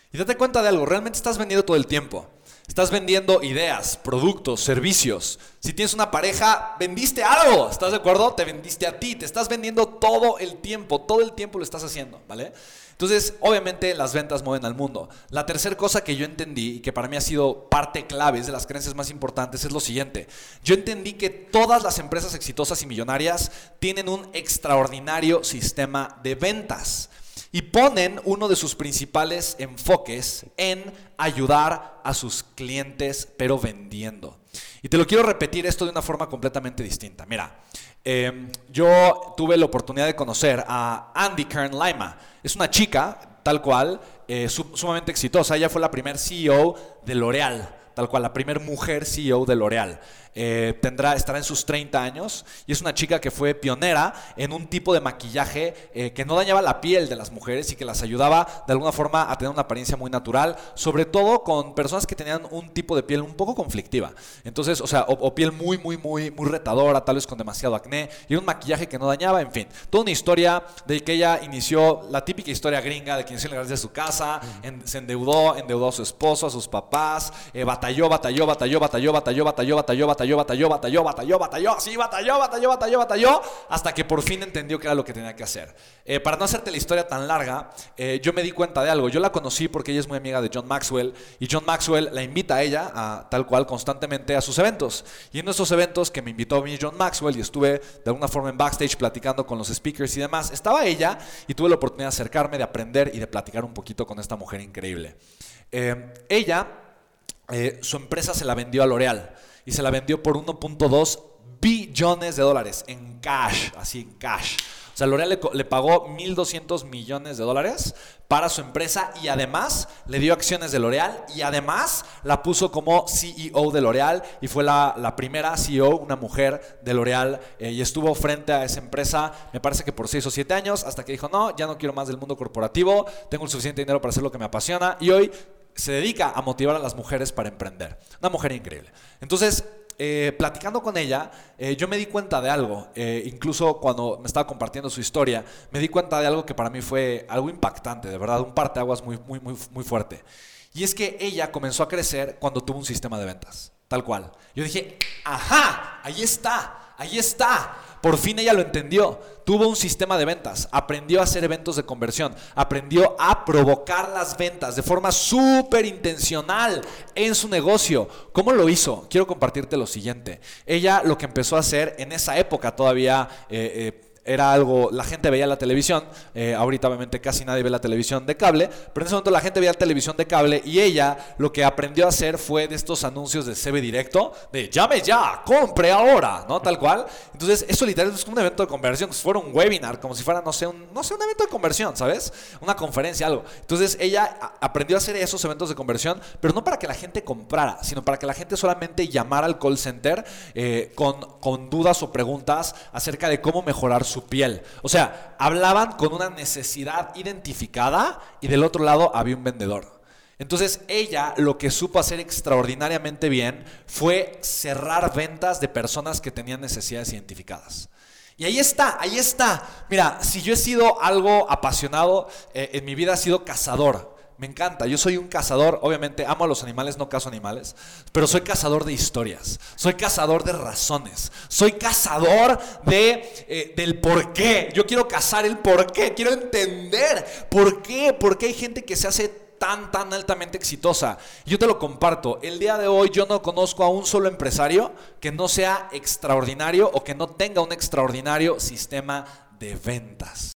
Y date cuenta de algo, realmente estás vendiendo todo el tiempo. Estás vendiendo ideas, productos, servicios. Si tienes una pareja, vendiste algo, ¿estás de acuerdo? Te vendiste a ti, te estás vendiendo todo el tiempo lo estás haciendo, ¿vale? Entonces, obviamente las ventas mueven al mundo. La tercera cosa que yo entendí y que para mí ha sido parte clave, es de las creencias más importantes, es lo siguiente. Yo entendí que todas las empresas exitosas y millonarias tienen un extraordinario sistema de ventas. Y ponen uno de sus principales enfoques en ayudar a sus clientes, pero vendiendo. Y te lo quiero repetir esto de una forma completamente distinta. Mira, yo tuve la oportunidad de conocer a Andy Kern Lima. Es una chica, tal cual, sumamente exitosa. Ella fue la primer CEO de L'Oreal. Tal cual, la primer mujer CEO de L'Oreal. Estará en sus 30 años y es una chica que fue pionera en un tipo de maquillaje que no dañaba la piel de las mujeres y que las ayudaba de alguna forma a tener una apariencia muy natural, sobre todo con personas que tenían un tipo de piel un poco conflictiva. Entonces, o piel muy retadora, tal vez con demasiado acné, y un maquillaje que no dañaba, en fin. Toda una historia de que ella inició, la típica historia gringa de que inició en la garage de su casa, se endeudó a su esposo, a sus papás, batalló, hasta que por fin entendió que era lo que tenía que hacer. Para no hacerte la historia tan larga, yo me di cuenta de algo. Yo la conocí porque ella es muy amiga de John Maxwell y John Maxwell la invita a ella, tal cual, constantemente a sus eventos. Y en esos eventos que me invitó a mí John Maxwell y estuve de alguna forma en backstage platicando con los speakers y demás, estaba ella y tuve la oportunidad de acercarme, de aprender y de platicar un poquito con esta mujer increíble. Su empresa se la vendió a L'Oreal y se la vendió por 1.2 billones de dólares en cash, así en cash. O sea, L'Oreal le pagó 1.200 millones de dólares para su empresa y además le dio acciones de L'Oreal y además la puso como CEO de L'Oreal y fue la primera CEO, una mujer de L'Oreal, y estuvo frente a esa empresa, me parece que por 6 o 7 años, hasta que dijo, no, ya no quiero más del mundo corporativo, tengo el suficiente dinero para hacer lo que me apasiona y hoy se dedica a motivar a las mujeres para emprender. Una mujer increíble. Entonces, platicando con ella, yo me di cuenta de algo. Incluso cuando me estaba compartiendo su historia, me di cuenta de algo que para mí fue algo impactante, de verdad, un parteaguas muy fuerte. Y es que ella comenzó a crecer cuando tuvo un sistema de ventas, tal cual. Yo dije, ajá, ahí está. Por fin ella lo entendió. Tuvo un sistema de ventas, aprendió a hacer eventos de conversión, aprendió a provocar las ventas de forma súper intencional en su negocio. ¿Cómo lo hizo? Quiero compartirte lo siguiente. Ella lo que empezó a hacer en esa época todavía... era algo, la gente veía la televisión, ahorita obviamente casi nadie ve la televisión de cable, pero en ese momento la gente veía la televisión de cable y ella lo que aprendió a hacer fue de estos anuncios de CB Directo, de llame ya, compre ahora, ¿no? Tal cual. Entonces eso literalmente es como un evento de conversión, como si fuera un webinar, como si fuera, no sé, un evento de conversión, ¿sabes? Una conferencia, algo. Entonces ella aprendió a hacer esos eventos de conversión, pero no para que la gente comprara, sino para que la gente solamente llamara al call center con dudas o preguntas acerca de cómo mejorar su piel. O sea, hablaban con una necesidad identificada y del otro lado había un vendedor. Entonces ella lo que supo hacer extraordinariamente bien fue cerrar ventas de personas que tenían necesidades identificadas. Y ahí está. Mira, si yo he sido algo apasionado, en mi vida he sido cazador. Me encanta, yo soy un cazador, obviamente amo a los animales, no cazo animales, pero soy cazador de historias, soy cazador de razones, soy cazador del por qué. Yo quiero cazar el por qué, quiero entender por qué hay gente que se hace tan altamente exitosa. Yo te lo comparto, el día de hoy yo no conozco a un solo empresario que no sea extraordinario o que no tenga un extraordinario sistema de ventas.